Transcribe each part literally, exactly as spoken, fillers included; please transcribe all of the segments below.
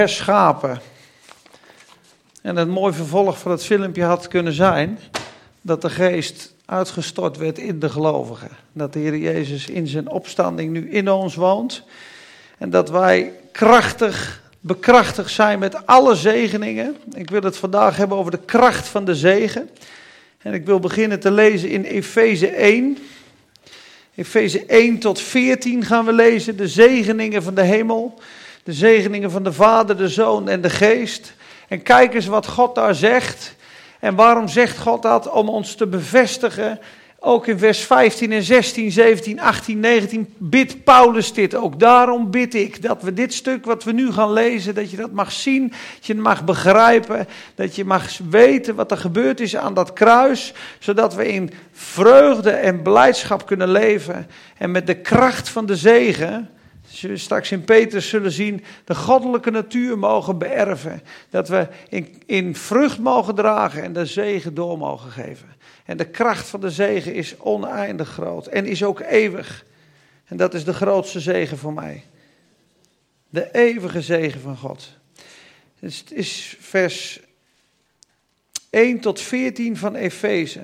Schapen. En het mooi vervolg van het filmpje had kunnen zijn dat de geest uitgestort werd in de gelovigen. Dat de Heer Jezus in zijn opstanding nu in ons woont. En dat wij krachtig, bekrachtigd zijn met alle zegeningen. Ik wil het vandaag hebben over de kracht van de zegen. En ik wil beginnen te lezen in Efeze één. Efeze één tot veertien gaan we lezen. De zegeningen van de hemel. De zegeningen van de Vader, de Zoon en de Geest. En kijk eens wat God daar zegt. En waarom zegt God dat? Om ons te bevestigen. Ook in vers vijftien en zestien, zeventien, achttien, negentien bidt Paulus dit. Ook daarom bid ik dat we dit stuk wat we nu gaan lezen, dat je dat mag zien, dat je het mag begrijpen, dat je mag weten wat er gebeurd is aan dat kruis, zodat we in vreugde en blijdschap kunnen leven en met de kracht van de zegen, als we straks in Petrus zullen zien, de goddelijke natuur mogen beërven. Dat we in, in vrucht mogen dragen en de zegen door mogen geven. En de kracht van de zegen is oneindig groot en is ook eeuwig. En dat is de grootste zegen voor mij. De eeuwige zegen van God. Het is vers één tot veertien van Efeze.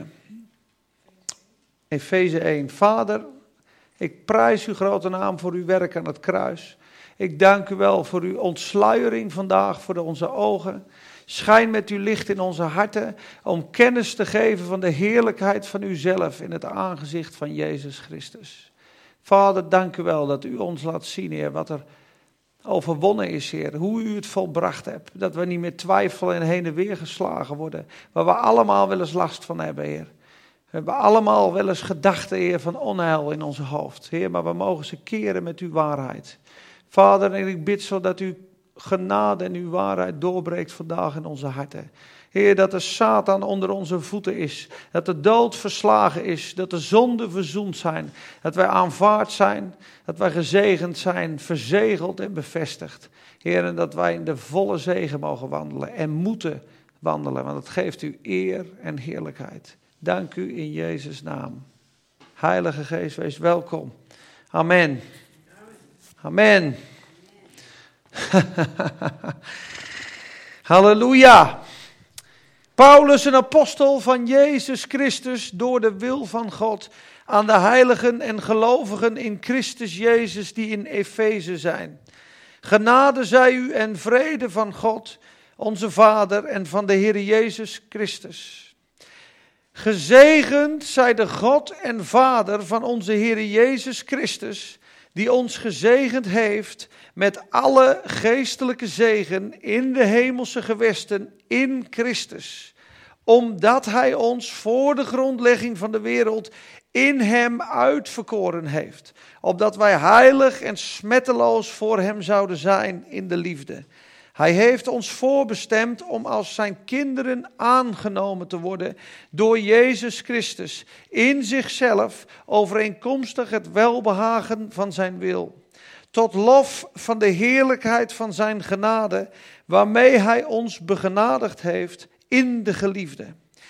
Efeze één. Vader, ik prijs uw grote naam voor uw werk aan het kruis. Ik dank u wel voor uw ontsluiering vandaag voor onze ogen. Schijn met uw licht in onze harten om kennis te geven van de heerlijkheid van uzelf in het aangezicht van Jezus Christus. Vader, dank u wel dat u ons laat zien, Heer, wat er overwonnen is, Heer. Hoe u het volbracht hebt. Dat we niet meer twijfelen en heen en weer geslagen worden. Waar we allemaal wel eens last van hebben, Heer. We hebben allemaal wel eens gedachten, Heer, van onheil in ons hoofd. Heer, maar we mogen ze keren met uw waarheid. Vader, en ik bid zo dat u genade en uw waarheid doorbreekt vandaag in onze harten. Heer, dat de Satan onder onze voeten is. Dat de dood verslagen is. Dat de zonden verzoend zijn. Dat wij aanvaard zijn. Dat wij gezegend zijn. Verzegeld en bevestigd. Heer, en dat wij in de volle zegen mogen wandelen. En moeten wandelen. Want het geeft u eer en heerlijkheid. Dank u in Jezus' naam. Heilige Geest, wees welkom. Amen. Amen. Halleluja. Paulus, een apostel van Jezus Christus, door de wil van God, aan de heiligen en gelovigen in Christus Jezus die in Efeze zijn. Genade zij u en vrede van God, onze Vader, en van de Heer Jezus Christus. Gezegend zij de God en Vader van onze Heer Jezus Christus, die ons gezegend heeft met alle geestelijke zegen in de hemelse gewesten in Christus. Omdat hij ons voor de grondlegging van de wereld in hem uitverkoren heeft. Opdat wij heilig en smetteloos voor hem zouden zijn in de liefde. Hij heeft ons voorbestemd om als zijn kinderen aangenomen te worden door Jezus Christus. In zichzelf overeenkomstig het welbehagen van zijn wil. Tot lof van de heerlijkheid van zijn genade, waarmee hij ons begenadigd heeft in de geliefde.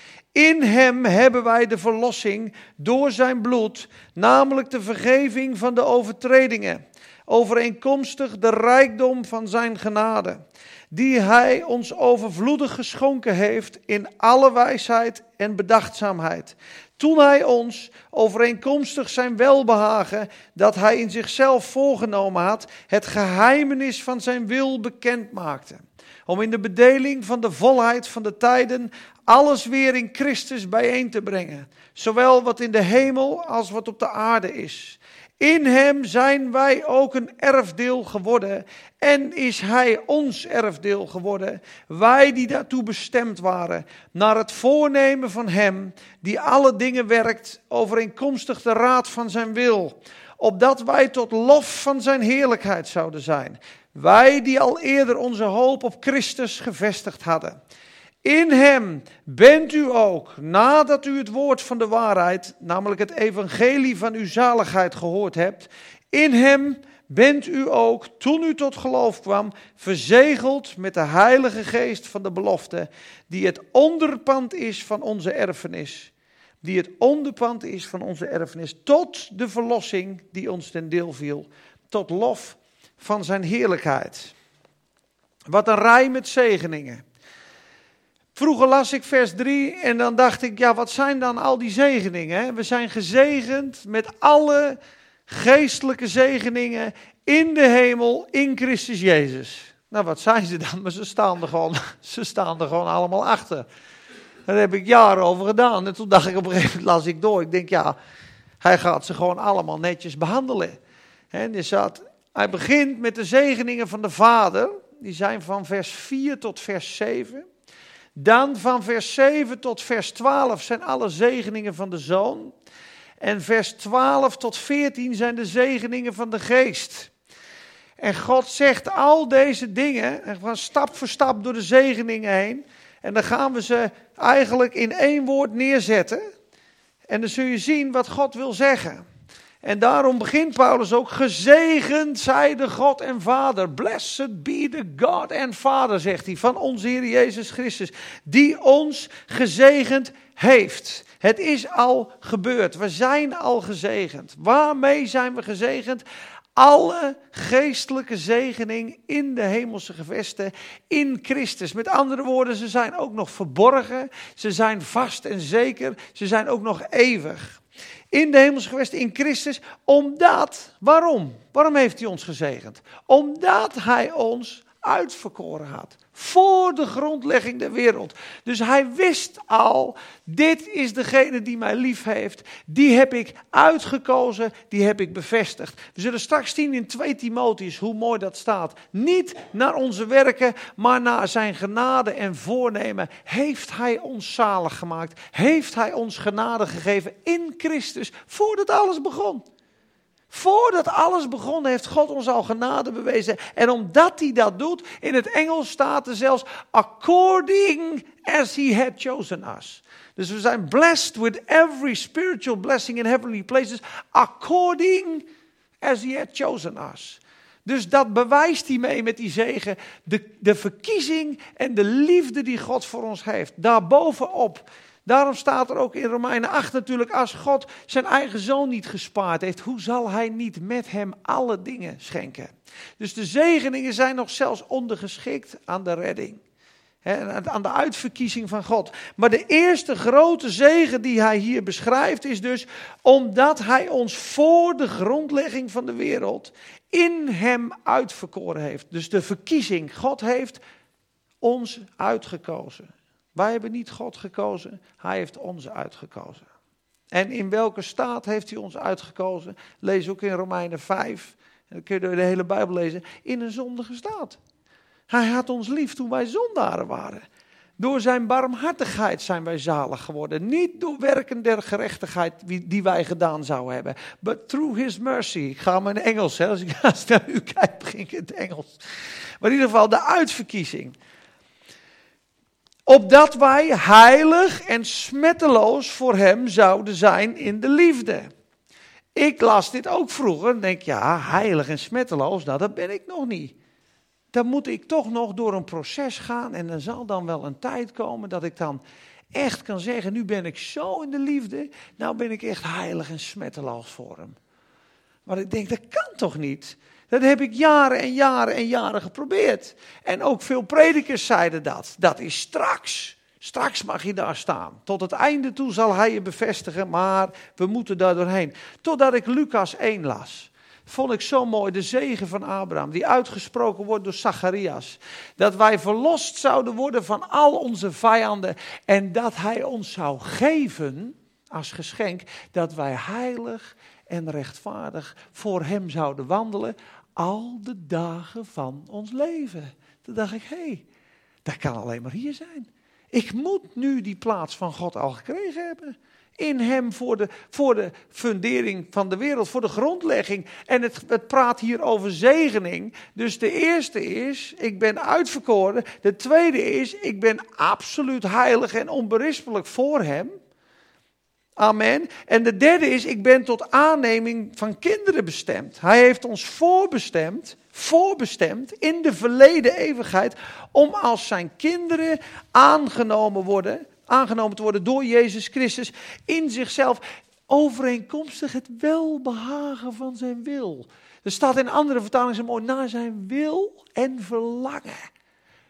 In hem hebben wij de verlossing door zijn bloed, namelijk de vergeving van de overtredingen, overeenkomstig de rijkdom van zijn genade, die hij ons overvloedig geschonken heeft in alle wijsheid en bedachtzaamheid. Toen hij ons, overeenkomstig zijn welbehagen, dat hij in zichzelf voorgenomen had, het geheimenis van zijn wil bekend maakte. Om in de bedeling van de volheid van de tijden alles weer in Christus bijeen te brengen. Zowel wat in de hemel als wat op de aarde is. In hem zijn wij ook een erfdeel geworden en is hij ons erfdeel geworden, wij die daartoe bestemd waren, naar het voornemen van hem die alle dingen werkt overeenkomstig de raad van zijn wil, opdat wij tot lof van zijn heerlijkheid zouden zijn, wij die al eerder onze hoop op Christus gevestigd hadden. In hem bent u ook, nadat u het woord van de waarheid, namelijk het evangelie van uw zaligheid gehoord hebt, in hem bent u ook, toen u tot geloof kwam, verzegeld met de heilige geest van de belofte, die het onderpand is van onze erfenis. Die het onderpand is van onze erfenis, tot de verlossing die ons ten deel viel, tot lof van zijn heerlijkheid. Wat een rij met zegeningen. Vroeger las ik vers drie en dan dacht ik, ja, wat zijn dan al die zegeningen? Hè? We zijn gezegend met alle geestelijke zegeningen in de hemel in Christus Jezus. Nou, wat zijn ze dan? Maar ze staan er gewoon, ze staan er gewoon allemaal achter. Daar heb ik jaren over gedaan. En toen dacht ik op een gegeven moment, las ik door. Ik denk, ja, hij gaat ze gewoon allemaal netjes behandelen. En je zat, hij begint met de zegeningen van de Vader. Die zijn van vers vier tot vers zeven. Dan van vers zeven tot vers twaalf zijn alle zegeningen van de Zoon. En vers twaalf tot veertien zijn de zegeningen van de Geest. En God zegt al deze dingen, en we gaan stap voor stap door de zegeningen heen. En dan gaan we ze eigenlijk in één woord neerzetten. En dan zul je zien wat God wil zeggen. En daarom begint Paulus ook, gezegend zij de God en Vader. Blessed be the God and Father, zegt hij, van onze Heer Jezus Christus. Die ons gezegend heeft. Het is al gebeurd. We zijn al gezegend. Waarmee zijn we gezegend? Alle geestelijke zegening in de hemelse gewesten in Christus. Met andere woorden, ze zijn ook nog verborgen. Ze zijn vast en zeker. Ze zijn ook nog eeuwig. In de hemelse gewesten in Christus. Omdat, waarom? Waarom heeft hij ons gezegend? Omdat hij ons uitverkoren had. Voor de grondlegging der wereld. Dus hij wist al, dit is degene die mij lief heeft. Die heb ik uitgekozen, die heb ik bevestigd. We zullen straks zien in twee Timotheüs hoe mooi dat staat. Niet naar onze werken, maar naar zijn genade en voornemen. Heeft hij ons zalig gemaakt. Heeft hij ons genade gegeven in Christus. Voordat alles begon. Voordat alles begon heeft God ons al genade bewezen. En omdat hij dat doet, in het Engels staat er zelfs according as he had chosen us. Dus we zijn blessed with every spiritual blessing in heavenly places, according as he had chosen us. Dus dat bewijst hij mee met die zegen, de, de verkiezing en de liefde die God voor ons heeft. Daarbovenop. Daarom staat er ook in Romeinen acht natuurlijk, als God zijn eigen zoon niet gespaard heeft, hoe zal hij niet met hem alle dingen schenken? Dus de zegeningen zijn nog zelfs ondergeschikt aan de redding. He, aan de uitverkiezing van God. Maar de eerste grote zegen die hij hier beschrijft is dus, omdat hij ons voor de grondlegging van de wereld in hem uitverkoren heeft. Dus de verkiezing, God heeft ons uitgekozen. Wij hebben niet God gekozen, hij heeft ons uitgekozen. En in welke staat heeft hij ons uitgekozen? Lees ook in Romeinen vijf, en dan kun je door de hele Bijbel lezen, in een zondige staat. Hij had ons lief toen wij zondaren waren. Door zijn barmhartigheid zijn wij zalig geworden. Niet door werken der gerechtigheid die wij gedaan zouden hebben. But through his mercy. Ik ga maar in Engels, hè. Als ik naar u kijk, begin ik in het Engels. Maar in ieder geval de uitverkiezing. Opdat wij heilig en smetteloos voor hem zouden zijn in de liefde. Ik las dit ook vroeger en denk, ja, heilig en smetteloos, nou dat ben ik nog niet. Dan moet ik toch nog door een proces gaan en er zal dan wel een tijd komen dat ik dan echt kan zeggen, nu ben ik zo in de liefde, nou ben ik echt heilig en smetteloos voor hem. Maar ik denk, dat kan toch niet? Dat heb ik jaren en jaren en jaren geprobeerd. En ook veel predikers zeiden dat. Dat is straks. Straks mag je daar staan. Tot het einde toe zal hij je bevestigen, maar we moeten daar doorheen. Totdat ik Lucas één las. Vond ik zo mooi, de zegen van Abraham, die uitgesproken wordt door Zacharias. Dat wij verlost zouden worden van al onze vijanden. En dat hij ons zou geven, als geschenk, dat wij heilig en rechtvaardig voor hem zouden wandelen al de dagen van ons leven. Toen dacht ik, hé, hey, dat kan alleen maar hier zijn. Ik moet nu die plaats van God al gekregen hebben. In hem voor de, voor de fundering van de wereld, voor de grondlegging. En het, het praat hier over zegening. Dus de eerste is, ik ben uitverkoren. De tweede is, ik ben absoluut heilig en onberispelijk voor hem. Amen. En de derde is, ik ben tot aanneming van kinderen bestemd. Hij heeft ons voorbestemd, voorbestemd in de verleden eeuwigheid, om als zijn kinderen aangenomen, worden, aangenomen te worden door Jezus Christus in zichzelf, overeenkomstig het welbehagen van zijn wil. Er staat in andere vertalingen zo mooi, naar zijn wil en verlangen.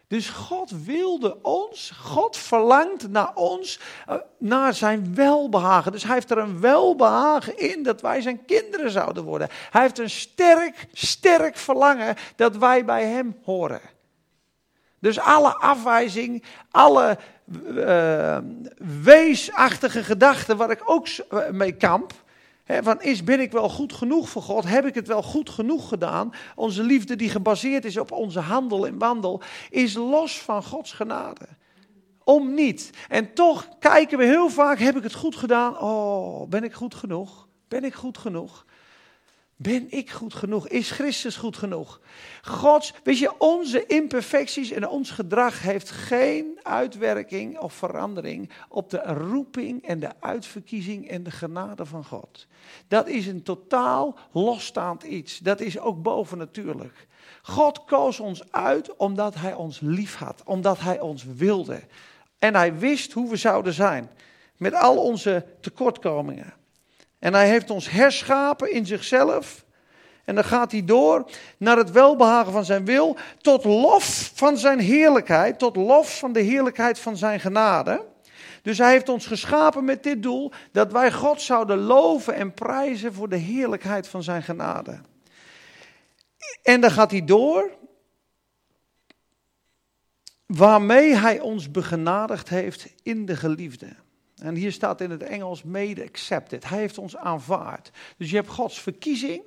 Dus God wilde ons, God verlangt naar ons, naar zijn welbehagen. Dus hij heeft er een welbehagen in dat wij zijn kinderen zouden worden. Hij heeft een sterk, sterk verlangen dat wij bij hem horen. Dus alle afwijzing, alle uh, weesachtige gedachten waar ik ook mee kamp. He, van is, ben ik wel goed genoeg voor God? Heb ik het wel goed genoeg gedaan? Onze liefde die gebaseerd is op onze handel en wandel, is los van Gods genade. Om niet. En toch kijken we heel vaak, heb ik het goed gedaan? Oh, ben ik goed genoeg? Ben ik goed genoeg? Ben ik goed genoeg? Is Christus goed genoeg? Gods, weet je, onze imperfecties en ons gedrag heeft geen uitwerking of verandering op de roeping en de uitverkiezing en de genade van God. Dat is een totaal losstaand iets. Dat is ook bovennatuurlijk. God koos ons uit omdat hij ons lief had, omdat hij ons wilde. En hij wist hoe we zouden zijn, met al onze tekortkomingen. En hij heeft ons herschapen in zichzelf. En dan gaat hij door naar het welbehagen van zijn wil. Tot lof van zijn heerlijkheid. Tot lof van de heerlijkheid van zijn genade. Dus hij heeft ons geschapen met dit doel. Dat wij God zouden loven en prijzen voor de heerlijkheid van zijn genade. En dan gaat hij door. Waarmee hij ons begenadigd heeft in de geliefde. En hier staat in het Engels made accepted. Hij heeft ons aanvaard. Dus je hebt Gods verkiezing.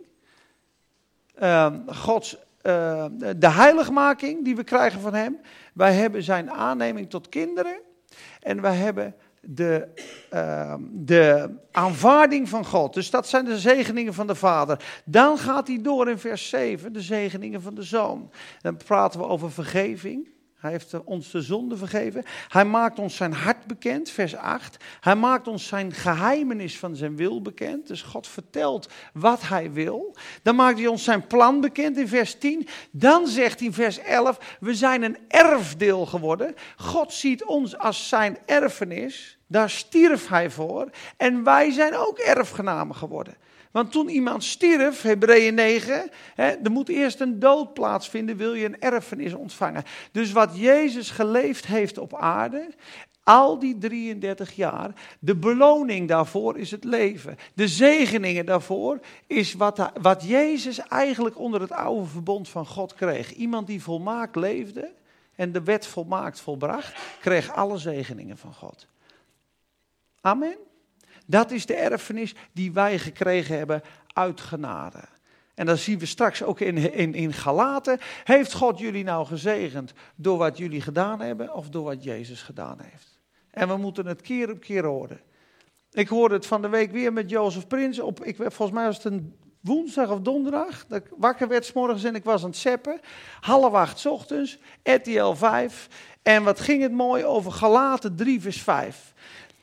Uh, Gods, uh, de heiligmaking die we krijgen van hem. Wij hebben zijn aanneming tot kinderen. En wij hebben de, uh, de aanvaarding van God. Dus dat zijn de zegeningen van de Vader. Dan gaat hij door in vers zeven. De zegeningen van de Zoon. Dan praten we over vergeving. Hij heeft ons de zonde vergeven. Hij maakt ons zijn hart bekend, vers acht. Hij maakt ons zijn geheimenis van zijn wil bekend. Dus God vertelt wat hij wil. Dan maakt hij ons zijn plan bekend in vers tien. Dan zegt hij in vers elf, we zijn een erfdeel geworden. God ziet ons als zijn erfenis. Daar stierf hij voor. En wij zijn ook erfgenamen geworden. Want toen iemand stierf, Hebreeën negen, hè, er moet eerst een dood plaatsvinden, wil je een erfenis ontvangen. Dus wat Jezus geleefd heeft op aarde, al die drieëndertig jaar, de beloning daarvoor is het leven. De zegeningen daarvoor is wat, wat Jezus eigenlijk onder het oude verbond van God kreeg. Iemand die volmaakt leefde en de wet volmaakt volbracht, kreeg alle zegeningen van God. Amen. Dat is de erfenis die wij gekregen hebben uit genade. En dat zien we straks ook in, in, in Galaten. Heeft God jullie nou gezegend door wat jullie gedaan hebben of door wat Jezus gedaan heeft? En we moeten het keer op keer horen. Ik hoorde het van de week weer met Jozef Prins. Op, ik, volgens mij was het een woensdag of donderdag. Dat ik wakker werd 's morgens en ik was aan het zappen. Half acht 's ochtends, R T L vijf. En wat ging het mooi over Galaten drie vers vijf.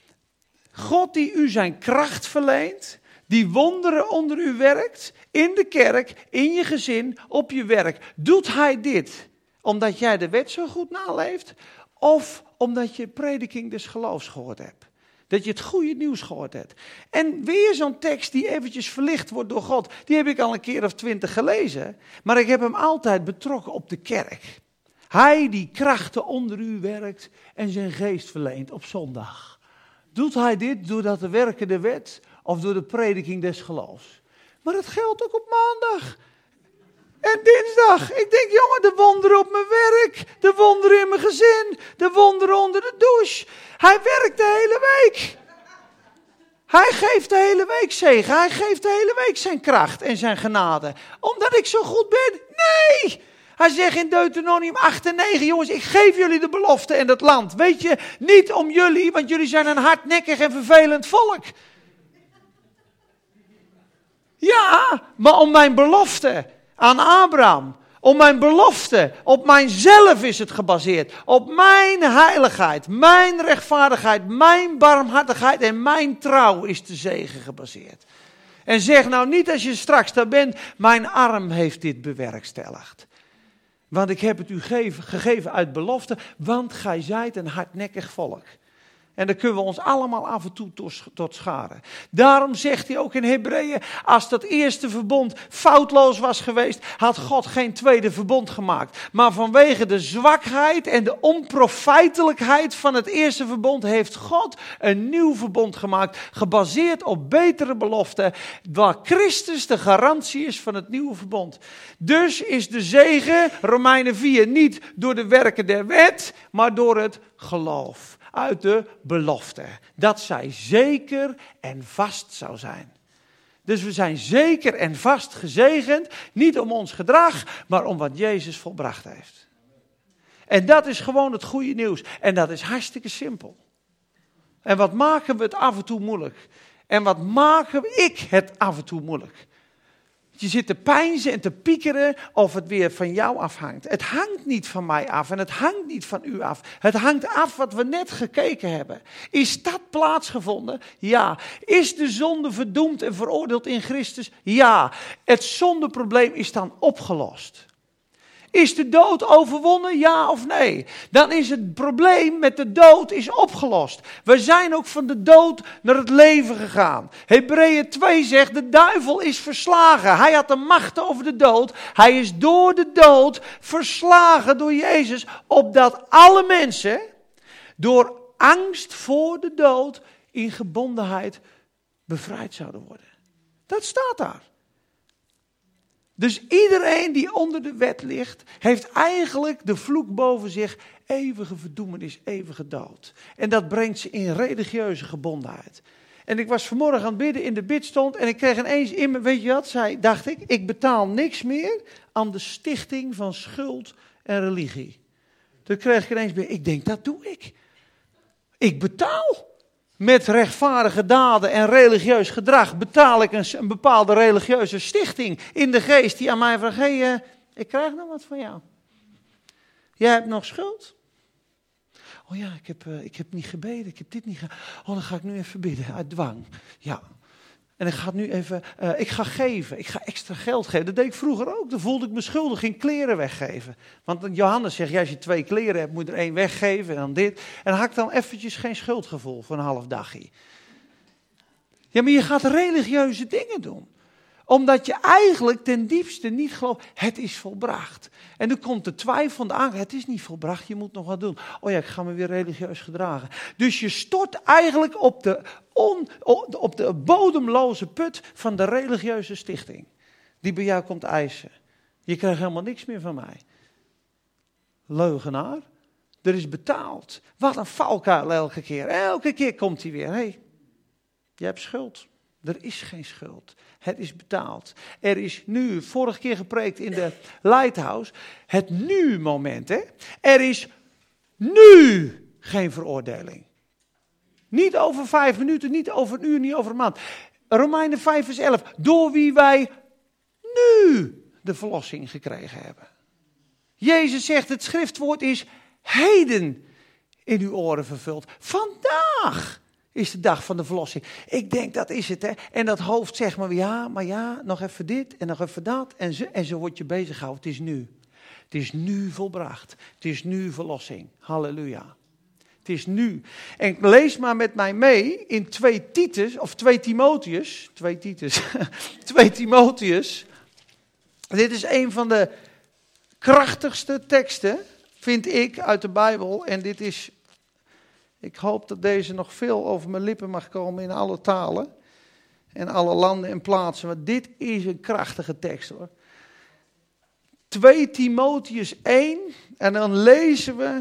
God die u zijn kracht verleent, die wonderen onder u werkt, in de kerk, in je gezin, op je werk. Doet hij dit omdat jij de wet zo goed naleeft of omdat je prediking des geloofs gehoord hebt? Dat je het goede nieuws gehoord hebt. En weer zo'n tekst die eventjes verlicht wordt door God, die heb ik al een keer of twintig gelezen, maar ik heb hem altijd betrokken op de kerk. Hij die krachten onder u werkt en zijn geest verleent op zondag. Doet hij dit doordat de werken de wet of door de prediking des geloofs? Maar dat geldt ook op maandag en dinsdag. Ik denk, jongen, de wonderen op mijn werk, de wonderen in mijn gezin, de wonderen onder de douche. Hij werkt de hele week. Hij geeft de hele week zegen. Hij geeft de hele week zijn kracht en zijn genade. Omdat ik zo goed ben? Nee! Hij zegt in Deuteronomium acht en negen, jongens, ik geef jullie de belofte en het land. Weet je, niet om jullie, want jullie zijn een hardnekkig en vervelend volk. Ja, maar om mijn belofte aan Abraham. Om mijn belofte, op mijzelf is het gebaseerd. Op mijn heiligheid, mijn rechtvaardigheid, mijn barmhartigheid en mijn trouw is de zegen gebaseerd. En zeg nou niet als je straks daar bent, mijn arm heeft dit bewerkstelligd. Want ik heb het u gegeven, gegeven uit belofte, want gij zijt een hardnekkig volk. En daar kunnen we ons allemaal af en toe tot scharen. Daarom zegt hij ook in Hebreeën, als dat eerste verbond foutloos was geweest, had God geen tweede verbond gemaakt. Maar vanwege de zwakheid en de onprofijtelijkheid van het eerste verbond heeft God een nieuw verbond gemaakt, gebaseerd op betere beloften, waar Christus de garantie is van het nieuwe verbond. Dus is de zegen, Romeinen vier, niet door de werken der wet, maar door het geloof. Uit de belofte. Dat zij zeker en vast zou zijn. Dus we zijn zeker en vast gezegend. Niet om ons gedrag, maar om wat Jezus volbracht heeft. En dat is gewoon het goede nieuws. En dat is hartstikke simpel. En wat maken we het af en toe moeilijk? En wat maken ik het af en toe moeilijk? Je zit te peinzen en te piekeren of het weer van jou afhangt. Het hangt niet van mij af en het hangt niet van u af. Het hangt af wat we net gekeken hebben. Is dat plaatsgevonden? Ja. Is de zonde verdoemd en veroordeeld in Christus? Ja. Het zondeprobleem is dan opgelost. Is de dood overwonnen, ja of nee? Dan is het probleem met de dood is opgelost. We zijn ook van de dood naar het leven gegaan. Hebreeën twee zegt, de duivel is verslagen. Hij had de macht over de dood. Hij is door de dood verslagen door Jezus. Opdat alle mensen door angst voor de dood in gebondenheid bevrijd zouden worden. Dat staat daar. Dus iedereen die onder de wet ligt, heeft eigenlijk de vloek boven zich, eeuwige verdoemenis, eeuwige dood. En dat brengt ze in religieuze gebondenheid. En ik was vanmorgen aan het bidden in de bidstond en ik kreeg ineens in me, weet je wat, zei, dacht ik, ik betaal niks meer aan de stichting van schuld en religie. Toen kreeg ik ineens bij, ik denk, dat doe ik. Ik betaal. Met rechtvaardige daden en religieus gedrag betaal ik een, een bepaalde religieuze stichting in de geest die aan mij vraagt, hé, hey, uh, ik krijg nog wat van jou. Jij hebt nog schuld? Oh ja, ik heb, uh, ik heb niet gebeden, ik heb dit niet gedaan. Oh, dan ga ik nu even bidden, uit dwang. Ja. En ik ga nu even, uh, ik ga geven, ik ga extra geld geven. Dat deed ik vroeger ook, dan voelde ik me schuldig, ging kleren weggeven. Want Johannes zegt, ja, als je twee kleren hebt, moet je er één weggeven en dan dit. En dan had ik dan eventjes geen schuldgevoel voor een half dagje. Ja, maar je gaat religieuze dingen doen. Omdat je eigenlijk ten diepste niet gelooft, het is volbracht. En nu komt de twijfel, de angst, het is niet volbracht, je moet nog wat doen. Oh ja, ik ga me weer religieus gedragen. Dus je stort eigenlijk op de, on, op de bodemloze put van de religieuze stichting. Die bij jou komt eisen. Je krijgt helemaal niks meer van mij. Leugenaar, er is betaald. Wat een valkuil elke keer. Elke keer komt hij weer. Hé, hey, je hebt schuld. Er is geen schuld. Het is betaald. Er is nu, vorige keer gepreekt in de Lighthouse, het nu-moment. Hè? Er is nu geen veroordeling. Niet over vijf minuten, niet over een uur, niet over een maand. Romeinen vijf vers elf. Door wie wij nu de verlossing gekregen hebben. Jezus zegt, het schriftwoord is heden in uw oren vervuld. Vandaag is de dag van de verlossing. Ik denk, dat is het, hè. En dat hoofd zegt maar, ja, maar ja, nog even dit en nog even dat. En zo, en zo word je bezig gehouden. Het is nu. Het is nu volbracht. Het is nu verlossing. Halleluja. Het is nu. En lees maar met mij mee in twee Titus, of twee Timotheus. twee Titus. twee Timotheus. Dit is een van de krachtigste teksten, vind ik, uit de Bijbel. En dit is... Ik hoop dat deze nog veel over mijn lippen mag komen in alle talen. En alle landen en plaatsen. Maar dit is een krachtige tekst, hoor. twee Timotheus één. En dan lezen we...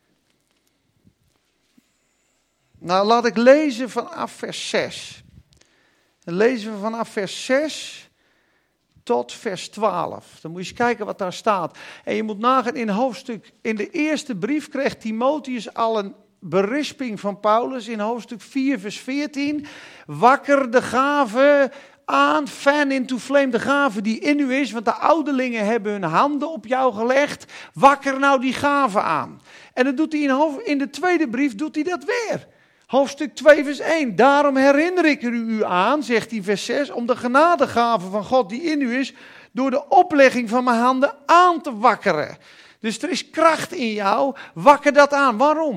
Nou, laat ik lezen vanaf vers zes. Dan lezen we vanaf vers zes tot vers twaalf. Dan moet je eens kijken wat daar staat. En je moet nagaan in hoofdstuk... In de eerste brief kreeg Timotheus al een berisping van Paulus in hoofdstuk vier vers veertien. Wakker de gave aan, fan into flame, de gave die in u is, want de ouderlingen hebben hun handen op jou gelegd. Wakker nou die gave aan. En dan doet hij in, hoofd, in de tweede brief doet hij dat weer. Hoofdstuk twee vers één. Daarom herinner ik er u aan, zegt hij vers zes, om de genadegave van God die in u is, door de oplegging van mijn handen aan te wakkeren. Dus er is kracht in jou, wakker dat aan. Waarom?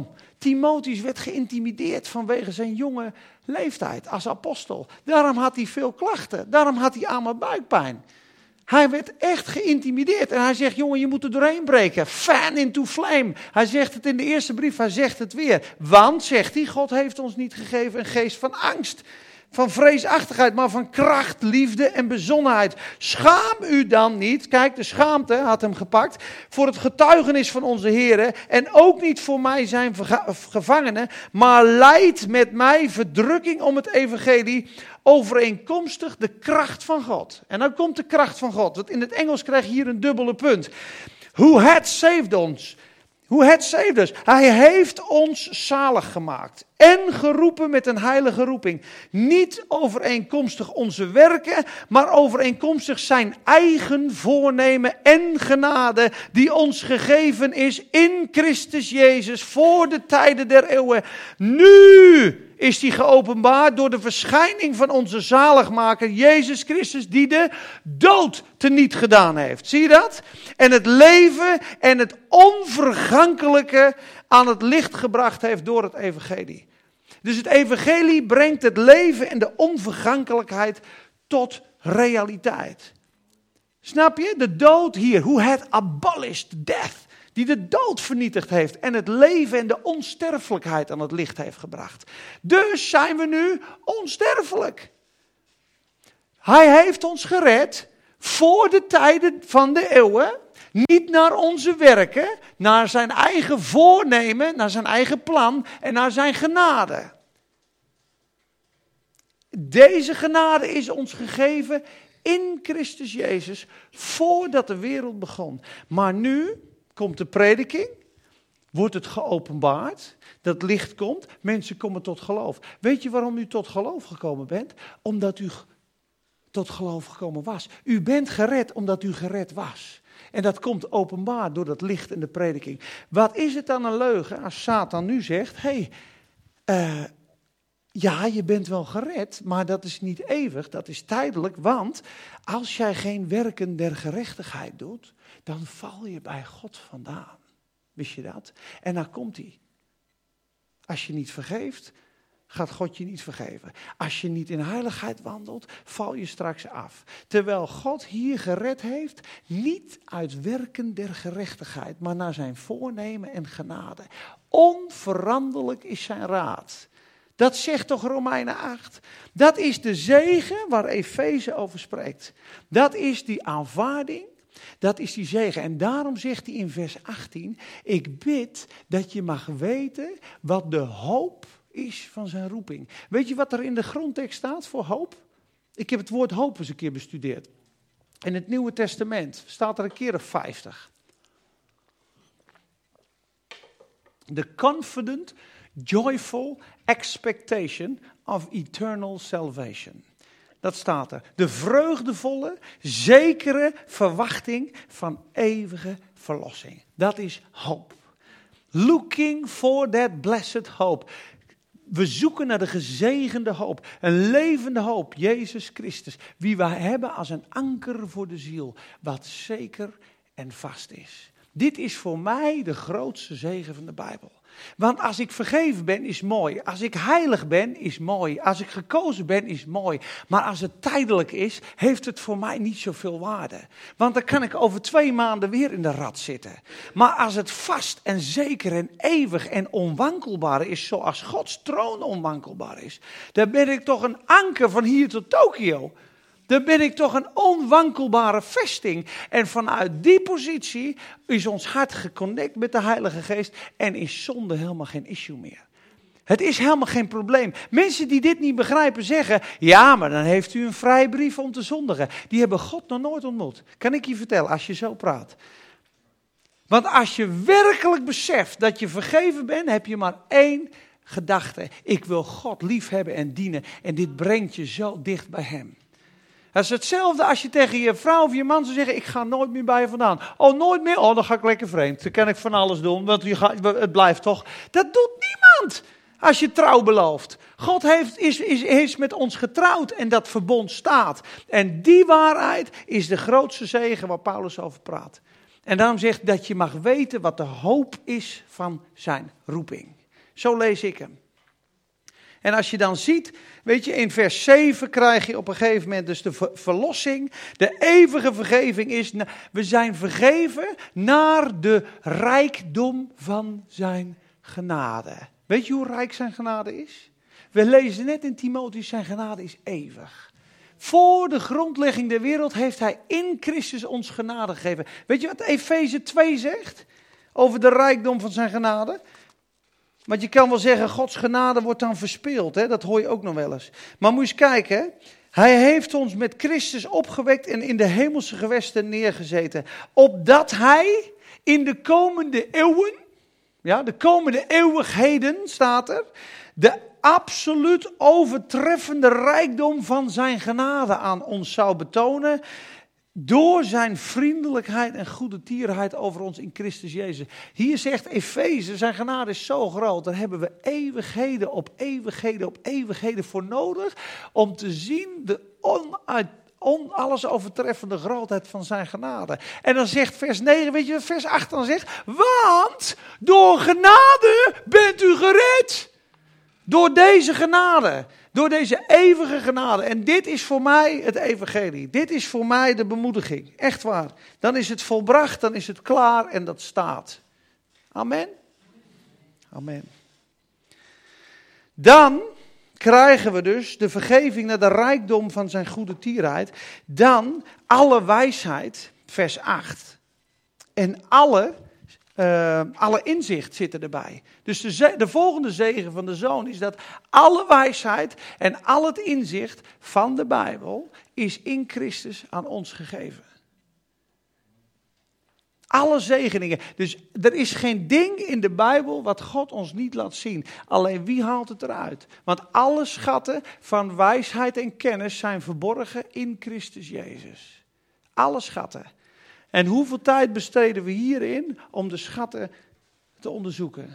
Timotheus werd geïntimideerd vanwege zijn jonge leeftijd als apostel. Daarom had hij veel klachten. Daarom had hij allemaal buikpijn. Hij werd echt geïntimideerd. En hij zegt, jongen, je moet er doorheen breken. Fan into flame. Hij zegt het in de eerste brief, hij zegt het weer. Want, zegt hij, God heeft ons niet gegeven een geest van angst. Van vreesachtigheid, maar van kracht, liefde en bezonnenheid. Schaam u dan niet, kijk, de schaamte had hem gepakt, voor het getuigenis van onze Here. En ook niet voor mij zijn verga- gevangenen, maar lijd met mij verdrukking om het evangelie, overeenkomstig de kracht van God. En dan komt de kracht van God, want in het Engels krijg je hier een dubbele punt. Who had saved ons. Who had saved us. Hij heeft ons zalig gemaakt en geroepen met een heilige roeping. Niet overeenkomstig onze werken, maar overeenkomstig zijn eigen voornemen en genade die ons gegeven is in Christus Jezus voor de tijden der eeuwen. Nu is die geopenbaard door de verschijning van onze zaligmaker Jezus Christus, die de dood teniet gedaan heeft. Zie je dat? En het leven en het onvergankelijke aan het licht gebracht heeft door het evangelie. Dus het evangelie brengt het leven en de onvergankelijkheid tot realiteit. Snap je? De dood hier, who had abolished death. Die de dood vernietigd heeft en het leven en de onsterfelijkheid aan het licht heeft gebracht. Dus zijn we nu onsterfelijk. Hij heeft ons gered voor de tijden van de eeuwen. Niet naar onze werken, naar zijn eigen voornemen, naar zijn eigen plan en naar zijn genade. Deze genade is ons gegeven in Christus Jezus voordat de wereld begon. Maar nu komt de prediking, wordt het geopenbaard, dat licht komt, mensen komen tot geloof. Weet je waarom u tot geloof gekomen bent? Omdat u tot geloof gekomen was. U bent gered omdat u gered was. En dat komt openbaar door dat licht en de prediking. Wat is het dan een leugen als Satan nu zegt, hé, hey, uh, ja, je bent wel gered, maar dat is niet eeuwig, dat is tijdelijk. Want als jij geen werken der gerechtigheid doet, dan val je bij God vandaan. Wist je dat? En dan komt hij. Als je niet vergeeft, gaat God je niet vergeven. Als je niet in heiligheid wandelt, val je straks af. Terwijl God hier gered heeft, niet uit werken der gerechtigheid, maar naar zijn voornemen en genade. Onveranderlijk is zijn raad. Dat zegt toch Romeinen acht? Dat is de zegen waar Efeze over spreekt. Dat is die aanvaarding. Dat is die zegen. En daarom zegt hij in vers achttien, ik bid dat je mag weten wat de hoop is van zijn roeping. Weet je wat er in de grondtekst staat voor hoop? Ik heb het woord hoop eens een keer bestudeerd. In het Nieuwe Testament staat er een keer of vijftig. The confident, joyful expectation of eternal salvation. Dat staat er. De vreugdevolle, zekere verwachting van eeuwige verlossing. Dat is hoop. Looking for that blessed hope. We zoeken naar de gezegende hoop. Een levende hoop, Jezus Christus. Wie wij hebben als een anker voor de ziel. Wat zeker en vast is. Dit is voor mij de grootste zegen van de Bijbel. Want als ik vergeven ben, is mooi. Als ik heilig ben, is mooi. Als ik gekozen ben, is mooi. Maar als het tijdelijk is, heeft het voor mij niet zoveel waarde. Want dan kan ik over twee maanden weer in de rat zitten. Maar als het vast en zeker en eeuwig en onwankelbaar is, zoals Gods troon onwankelbaar is, dan ben ik toch een anker van hier tot Tokio. Dan ben ik toch een onwankelbare vesting. En vanuit die positie is ons hart geconnect met de Heilige Geest en is zonde helemaal geen issue meer. Het is helemaal geen probleem. Mensen die dit niet begrijpen zeggen, ja, maar dan heeft u een vrije brief om te zondigen. Die hebben God nog nooit ontmoet. Kan ik je vertellen, als je zo praat. Want als je werkelijk beseft dat je vergeven bent, heb je maar één gedachte. Ik wil God lief hebben en dienen. En dit brengt je zo dicht bij hem. Dat is hetzelfde als je tegen je vrouw of je man zou zeggen, ik ga nooit meer bij je vandaan. Oh, nooit meer? Oh, dan ga ik lekker vreemd. Dan kan ik van alles doen, want je gaat, het blijft toch. Dat doet niemand als je trouw belooft. God heeft, is, is, is met ons getrouwd en dat verbond staat. En die waarheid is de grootste zegen waar Paulus over praat. En daarom zegt dat je mag weten wat de hoop is van zijn roeping. Zo lees ik hem. En als je dan ziet, weet je, in vers zeven krijg je op een gegeven moment dus de verlossing. De eeuwige vergeving is, we zijn vergeven naar de rijkdom van zijn genade. Weet je hoe rijk zijn genade is? We lezen net in Timotheus, zijn genade is eeuwig. Voor de grondlegging der wereld heeft hij in Christus ons genade gegeven. Weet je wat Efeze twee zegt? Over de rijkdom van zijn genade? Want je kan wel zeggen, Gods genade wordt dan verspeeld. Hè? Dat hoor je ook nog wel eens. Maar moet je eens kijken. Hè? Hij heeft ons met Christus opgewekt en in de hemelse gewesten neergezeten. Opdat hij in de komende eeuwen, ja, de komende eeuwigheden staat er, de absoluut overtreffende rijkdom van zijn genade aan ons zou betonen. Door zijn vriendelijkheid en goede tierheid over ons in Christus Jezus. Hier zegt Efeze, zijn genade is zo groot. Daar hebben we eeuwigheden op eeuwigheden op eeuwigheden voor nodig. Om te zien de onuit, on, alles overtreffende grootheid van zijn genade. En dan zegt vers negen, weet je wat vers acht dan zegt? Want door genade bent u gered. Door deze genade. Door deze eeuwige genade. En dit is voor mij het evangelie. Dit is voor mij de bemoediging. Echt waar. Dan is het volbracht, dan is het klaar en dat staat. Amen. Amen. Dan krijgen we dus de vergeving naar de rijkdom van zijn goede tierheid. Dan alle wijsheid, vers acht. En alle... Uh, alle inzicht zitten erbij. Dus de, ze- de volgende zegen van de Zoon is dat alle wijsheid en al het inzicht van de Bijbel is in Christus aan ons gegeven. Alle zegeningen. Dus er is geen ding in de Bijbel wat God ons niet laat zien. Alleen wie haalt het eruit? Want alle schatten van wijsheid en kennis zijn verborgen in Christus Jezus. Alle schatten. En hoeveel tijd besteden we hierin om de schatten te onderzoeken?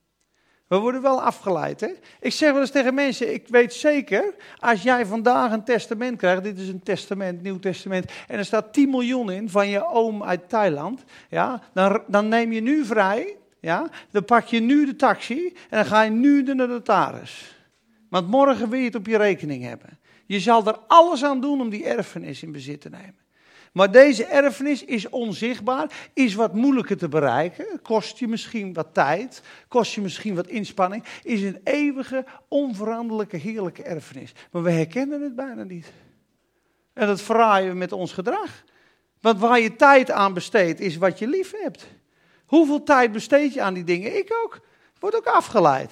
We worden wel afgeleid, hè? Ik zeg wel eens tegen mensen, ik weet zeker, als jij vandaag een testament krijgt, dit is een testament, Nieuw Testament, en er staat tien miljoen in van je oom uit Thailand, ja, dan, dan neem je nu vrij, ja, dan pak je nu de taxi en dan ga je nu naar de notaris. Want morgen wil je het op je rekening hebben. Je zal er alles aan doen om die erfenis in bezit te nemen. Maar deze erfenis is onzichtbaar, is wat moeilijker te bereiken, kost je misschien wat tijd, kost je misschien wat inspanning, is een eeuwige, onveranderlijke, heerlijke erfenis. Maar we herkennen het bijna niet. En dat verraaien we met ons gedrag. Want waar je tijd aan besteedt, is wat je lief hebt. Hoeveel tijd besteed je aan die dingen? Ik ook. Word ook afgeleid.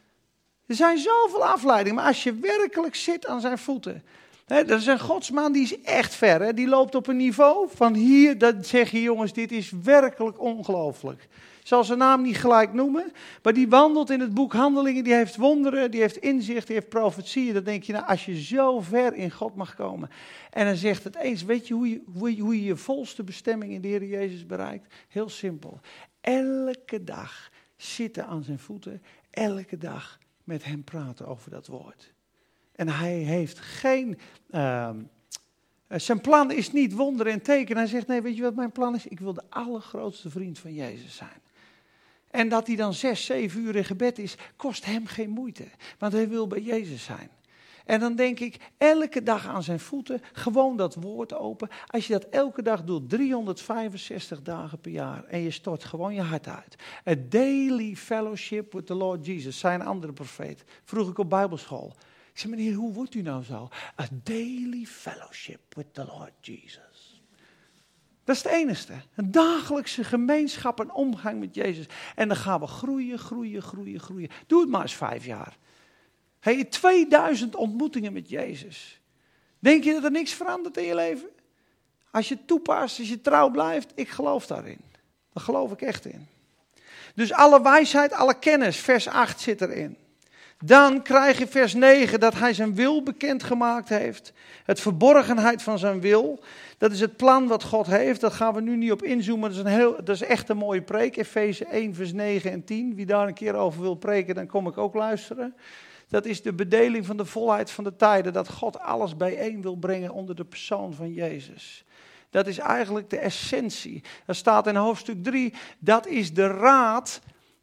Er zijn zoveel afleidingen, maar als je werkelijk zit aan zijn voeten... He, dat is een godsman, die is echt ver. He. Die loopt op een niveau van hier, dat zeg je jongens, dit is werkelijk ongelooflijk. Ik zal zijn naam niet gelijk noemen, maar die wandelt in het boek Handelingen, die heeft wonderen, die heeft inzicht, die heeft profetieën. Dan denk je, nou, als je zo ver in God mag komen. En dan zegt het eens, weet je hoe je hoe je, hoe je, je volste bestemming in de Heer Jezus bereikt? Heel simpel. Elke dag zitten aan zijn voeten, elke dag met hem praten over dat woord. En hij heeft geen, uh, zijn plan is niet wonderen en tekenen. Hij zegt, nee, weet je wat mijn plan is? Ik wil de allergrootste vriend van Jezus zijn. En dat hij dan zes, zeven uur in gebed is, kost hem geen moeite. Want hij wil bij Jezus zijn. En dan denk ik, elke dag aan zijn voeten, gewoon dat woord open. Als je dat elke dag doet, driehonderdvijfenzestig dagen per jaar. En je stort gewoon je hart uit. A daily fellowship with the Lord Jesus, zijn andere profeet. Vroeg ik op bijbelschool. Ik zei, meneer, hoe wordt u nou zo? A daily fellowship with the Lord Jesus. Dat is het enigste. Een dagelijkse gemeenschap en omgang met Jezus. En dan gaan we groeien, groeien, groeien, groeien. Doe het maar eens vijf jaar. Hey, tweeduizend ontmoetingen met Jezus. Denk je dat er niks verandert in je leven? Als je het toepast, als je trouw blijft, ik geloof daarin. Daar geloof ik echt in. Dus alle wijsheid, alle kennis, vers acht zit erin. Dan krijg je vers negen dat hij zijn wil bekendgemaakt heeft. Het verborgenheid van zijn wil. Dat is het plan wat God heeft. Daar gaan we nu niet op inzoomen. Dat is, een heel, dat is echt een mooie preek. Efeze één vers negen en tien. Wie daar een keer over wil preken, dan kom ik ook luisteren. Dat is de bedeling van de volheid van de tijden. Dat God alles bijeen wil brengen onder de persoon van Jezus. Dat is eigenlijk de essentie. Dat staat in hoofdstuk drie. Dat is de raad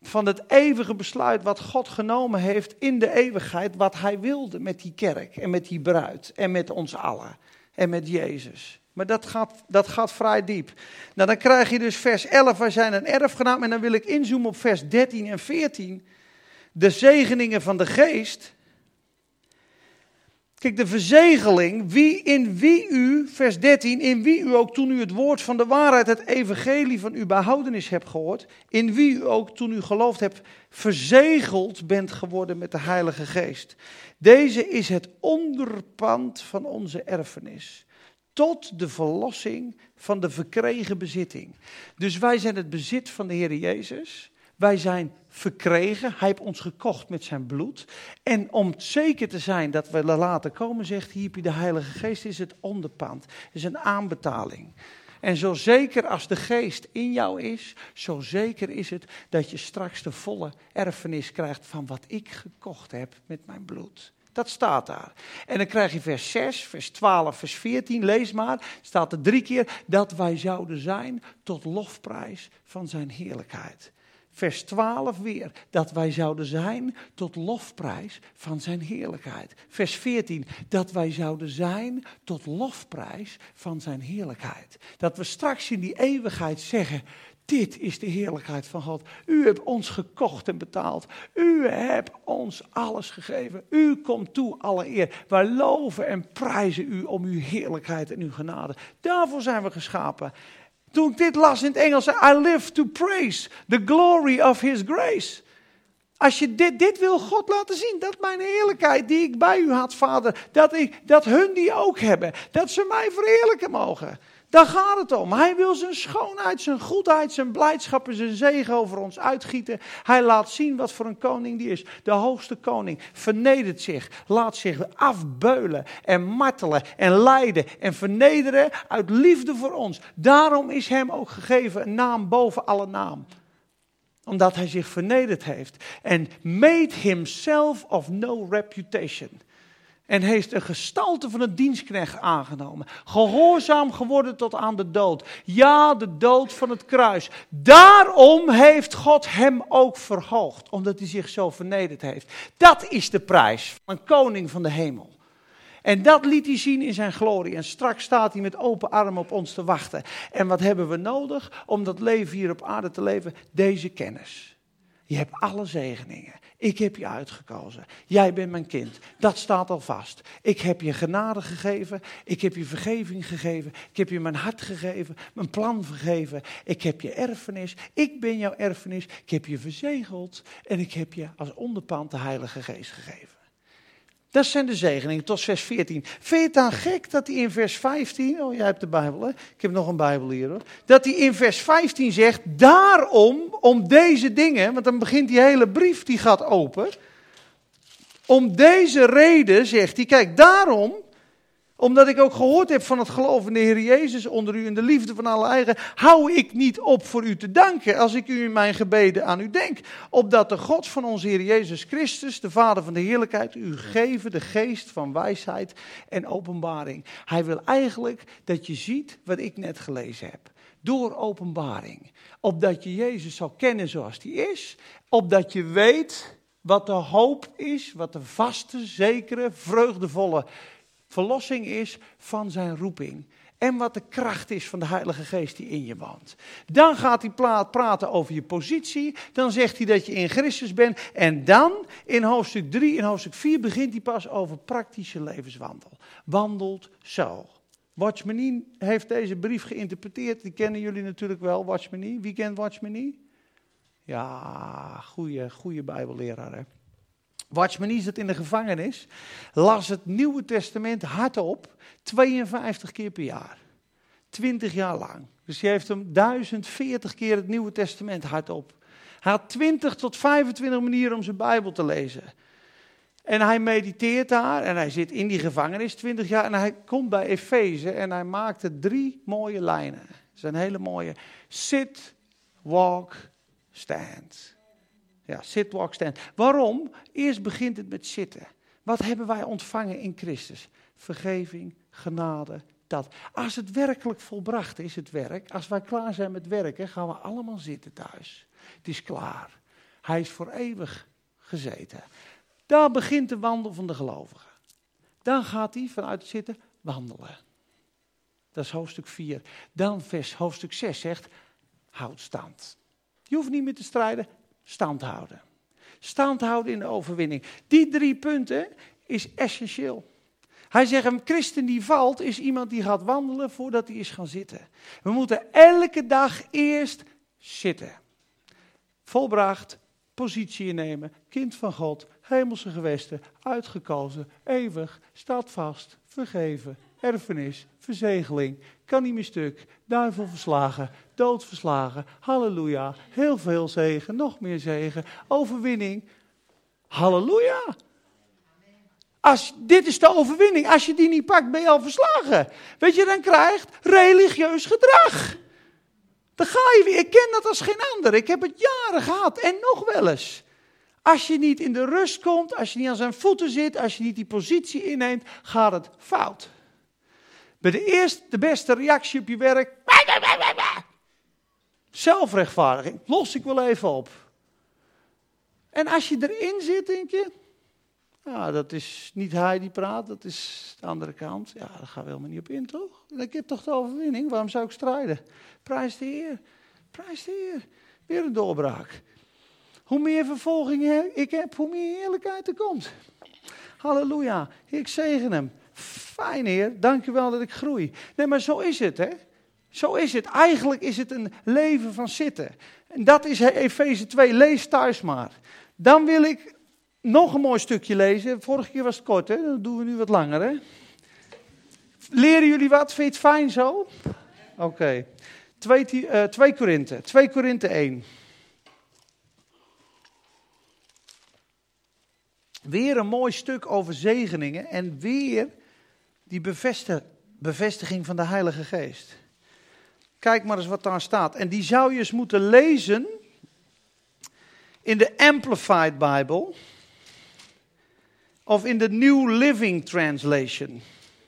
van het eeuwige besluit wat God genomen heeft in de eeuwigheid, wat hij wilde met die kerk en met die bruid en met ons allen en met Jezus. Maar dat gaat, dat gaat vrij diep. Nou, dan krijg je dus vers elf, wij zijn een erfgenaam. En dan wil ik inzoomen op vers dertien en veertien. De zegeningen van de geest. Kijk, de verzegeling, wie in wie u, vers dertien, in wie u ook toen u het woord van de waarheid, het evangelie van uw behoudenis hebt gehoord, in wie u ook toen u geloofd hebt, verzegeld bent geworden met de Heilige Geest. Deze is het onderpand van onze erfenis, tot de verlossing van de verkregen bezitting. Dus wij zijn het bezit van de Heer Jezus. Wij zijn verkregen. Hij heeft ons gekocht met zijn bloed. En om zeker te zijn dat we er later komen, zegt hier heb je de Heilige Geest, is het onderpand. Het is een aanbetaling. En zo zeker als de Geest in jou is, zo zeker is het dat je straks de volle erfenis krijgt van wat ik gekocht heb met mijn bloed. Dat staat daar. En dan krijg je vers zes, vers twaalf, vers veertien, lees maar. Staat er drie keer dat wij zouden zijn tot lofprijs van zijn heerlijkheid. Vers twaalf weer, dat wij zouden zijn tot lofprijs van zijn heerlijkheid. Vers veertien, dat wij zouden zijn tot lofprijs van zijn heerlijkheid. Dat we straks in die eeuwigheid zeggen, dit is de heerlijkheid van God. U hebt ons gekocht en betaald. U hebt ons alles gegeven. U komt toe alle eer. Wij loven en prijzen u om uw heerlijkheid en uw genade. Daarvoor zijn we geschapen. Toen ik dit las in het Engels, I live to praise the glory of his grace. Als je dit, dit wil God laten zien, dat mijn heerlijkheid die ik bij u had, Vader, dat, ik, dat hun die ook hebben, dat ze mij verheerlijken mogen. Daar gaat het om. Hij wil zijn schoonheid, zijn goedheid, zijn blijdschap en zijn zegen over ons uitgieten. Hij laat zien wat voor een koning die is. De hoogste koning vernedert zich, laat zich afbeulen en martelen en lijden en vernederen uit liefde voor ons. Daarom is hem ook gegeven een naam boven alle naam. Omdat hij zich vernederd heeft. En made himself of no reputation. En heeft een gestalte van een dienstknecht aangenomen. Gehoorzaam geworden tot aan de dood. Ja, de dood van het kruis. Daarom heeft God hem ook verhoogd. Omdat hij zich zo vernederd heeft. Dat is de prijs van een koning van de hemel. En dat liet hij zien in zijn glorie. En straks staat hij met open armen op ons te wachten. En wat hebben we nodig om dat leven hier op aarde te leven? Deze kennis. Je hebt alle zegeningen. Ik heb je uitgekozen. Jij bent mijn kind. Dat staat al vast. Ik heb je genade gegeven. Ik heb je vergeving gegeven. Ik heb je mijn hart gegeven. Mijn plan gegeven. Ik heb je erfenis. Ik ben jouw erfenis. Ik heb je verzegeld. En ik heb je als onderpand de Heilige Geest gegeven. Dat zijn de zegeningen tot vers veertien. Vind je het dan gek dat hij in vers vijftien... Oh, jij hebt de Bijbel, hè? Ik heb nog een Bijbel hier, hoor. Dat hij in vers vijftien zegt, daarom, om deze dingen... Want dan begint die hele brief, die gaat open. Om deze reden, zegt hij, kijk, daarom... Omdat ik ook gehoord heb van het geloof in de Heer Jezus onder u en de liefde van alle eigen, hou ik niet op voor u te danken als ik u in mijn gebeden aan u denk. Opdat de God van onze Heer Jezus Christus, de Vader van de heerlijkheid, u geven de geest van wijsheid en openbaring. Hij wil eigenlijk dat je ziet wat ik net gelezen heb. Door openbaring. Opdat je Jezus zal kennen zoals hij is. Opdat je weet wat de hoop is, wat de vaste, zekere, vreugdevolle verlossing is van zijn roeping. En wat de kracht is van de Heilige Geest die in je woont. Dan gaat hij praten over je positie. Dan zegt hij dat je in Christus bent. En dan in hoofdstuk drie en hoofdstuk vier begint hij pas over praktische levenswandel. Wandelt zo. Watchman Nee heeft deze brief geïnterpreteerd. Die kennen jullie natuurlijk wel, Watchman Nee. Wie kent Watchman Nee? Ja, goede, goede Bijbelleraar, hè. Watchman Nee zat in de gevangenis, las het Nieuwe Testament hardop, tweeënvijftig keer per jaar. twintig jaar lang. Dus hij heeft hem duizend veertig keer het Nieuwe Testament hardop. Hij had twintig tot vijfentwintig manieren om zijn Bijbel te lezen. En hij mediteert daar en hij zit in die gevangenis twintig jaar en hij komt bij Efeze en hij maakte drie mooie lijnen. Dat zijn hele mooie. Sit, walk, stand. Ja, sit, walk, stand. Waarom? Eerst begint het met zitten. Wat hebben wij ontvangen in Christus? Vergeving, genade, dat. Als het werkelijk volbracht is, het werk, als wij klaar zijn met werken, gaan we allemaal zitten thuis. Het is klaar. Hij is voor eeuwig gezeten. Daar begint de wandel van de gelovige. Dan gaat hij vanuit het zitten wandelen. Dat is hoofdstuk vier. Dan vers hoofdstuk zes zegt, houd stand. Je hoeft niet meer te strijden, stand houden. Stand houden in de overwinning. Die drie punten is essentieel. Hij zegt, een christen die valt is iemand die gaat wandelen voordat hij is gaan zitten. We moeten elke dag eerst zitten. Volbracht, positie innemen, kind van God, hemelse gewesten, uitgekozen, eeuwig, staat vast, vergeven, erfenis, verzegeling, kan niet meer stuk, duivel verslagen, dood verslagen, halleluja, heel veel zegen, nog meer zegen, overwinning, halleluja. Als, dit is de overwinning, als je die niet pakt ben je al verslagen. Weet je, dan krijgt religieus gedrag. Dan ga je weer, ik ken dat als geen ander, ik heb het jaren gehad en nog wel eens. Als je niet in de rust komt, als je niet aan zijn voeten zit, als je niet die positie inneemt, gaat het fout. Bij de eerste, de beste reactie op je werk, zelfrechtvaardiging, los ik wel even op. En als je erin zit, denk je, ja, dat is niet hij die praat, dat is de andere kant. Ja, daar gaan we helemaal niet op in, toch? Ik heb toch de overwinning, waarom zou ik strijden? Prijs de Heer, prijs de Heer. Weer een doorbraak. Hoe meer vervolging ik heb, hoe meer heerlijkheid er komt. Halleluja, ik zegen hem. Fijn Heer, dank u wel dat ik groei. Nee, maar zo is het, hè. Zo is het. Eigenlijk is het een leven van zitten. En dat is Efeze twee, lees thuis maar. Dan wil ik nog een mooi stukje lezen. Vorige keer was het kort, hè. Dan doen we nu wat langer, hè. Leren jullie wat? Vind je het fijn zo? Oké. Okay. twee Korinthe, twee Korinthe één. Weer een mooi stuk over zegeningen en weer die bevestiging van de Heilige Geest. Kijk maar eens wat daar staat. En die zou je eens moeten lezen in de Amplified Bible of in de New Living Translation.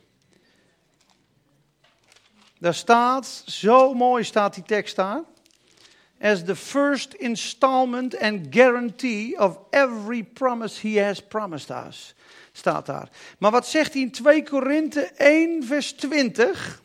Daar staat, zo mooi staat die tekst daar. As the first installment and guarantee of every promise he has promised us. Staat daar. Maar wat zegt hij in twee Korinthe één vers twintig?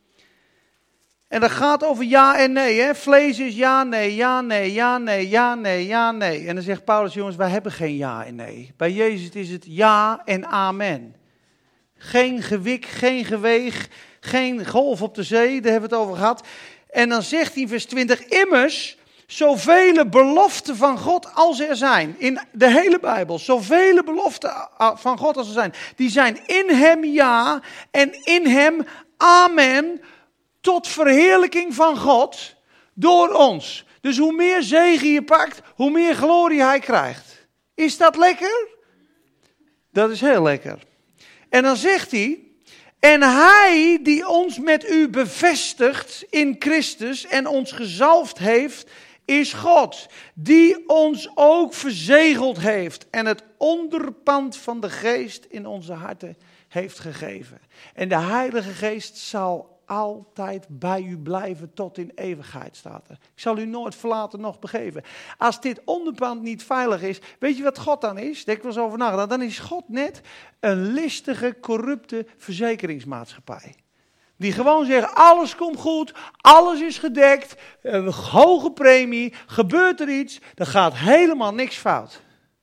En dat gaat over ja en nee. Hè? Vlees is ja, nee, ja, nee, ja, nee, ja, nee, ja, nee. En dan zegt Paulus, jongens, wij hebben geen ja en nee. Bij Jezus is het ja en amen. Geen gewik, geen geweeg, geen golf op de zee, daar hebben we het over gehad. En dan zegt hij in vers twintig, immers, zoveel beloften van God als er zijn, in de hele Bijbel, zoveel beloften van God als er zijn, die zijn in hem ja en in hem amen, tot verheerlijking van God door ons. Dus hoe meer zegen je pakt, hoe meer glorie hij krijgt. Is dat lekker? Dat is heel lekker. En dan zegt hij, en hij die ons met u bevestigt in Christus en ons gezalfd heeft, is God. Die ons ook verzegeld heeft en het onderpand van de geest in onze harten heeft gegeven. En de Heilige Geest zal altijd bij u blijven tot in eeuwigheid, staat er. Ik zal u nooit verlaten, nog begeven. Als dit onderpand niet veilig is, weet je wat God dan is? Denk er eens over nagedacht. Dan is God net een listige, corrupte verzekeringsmaatschappij. Die gewoon zeggen, alles komt goed, alles is gedekt, een hoge premie, gebeurt er iets, dan gaat helemaal niks fout.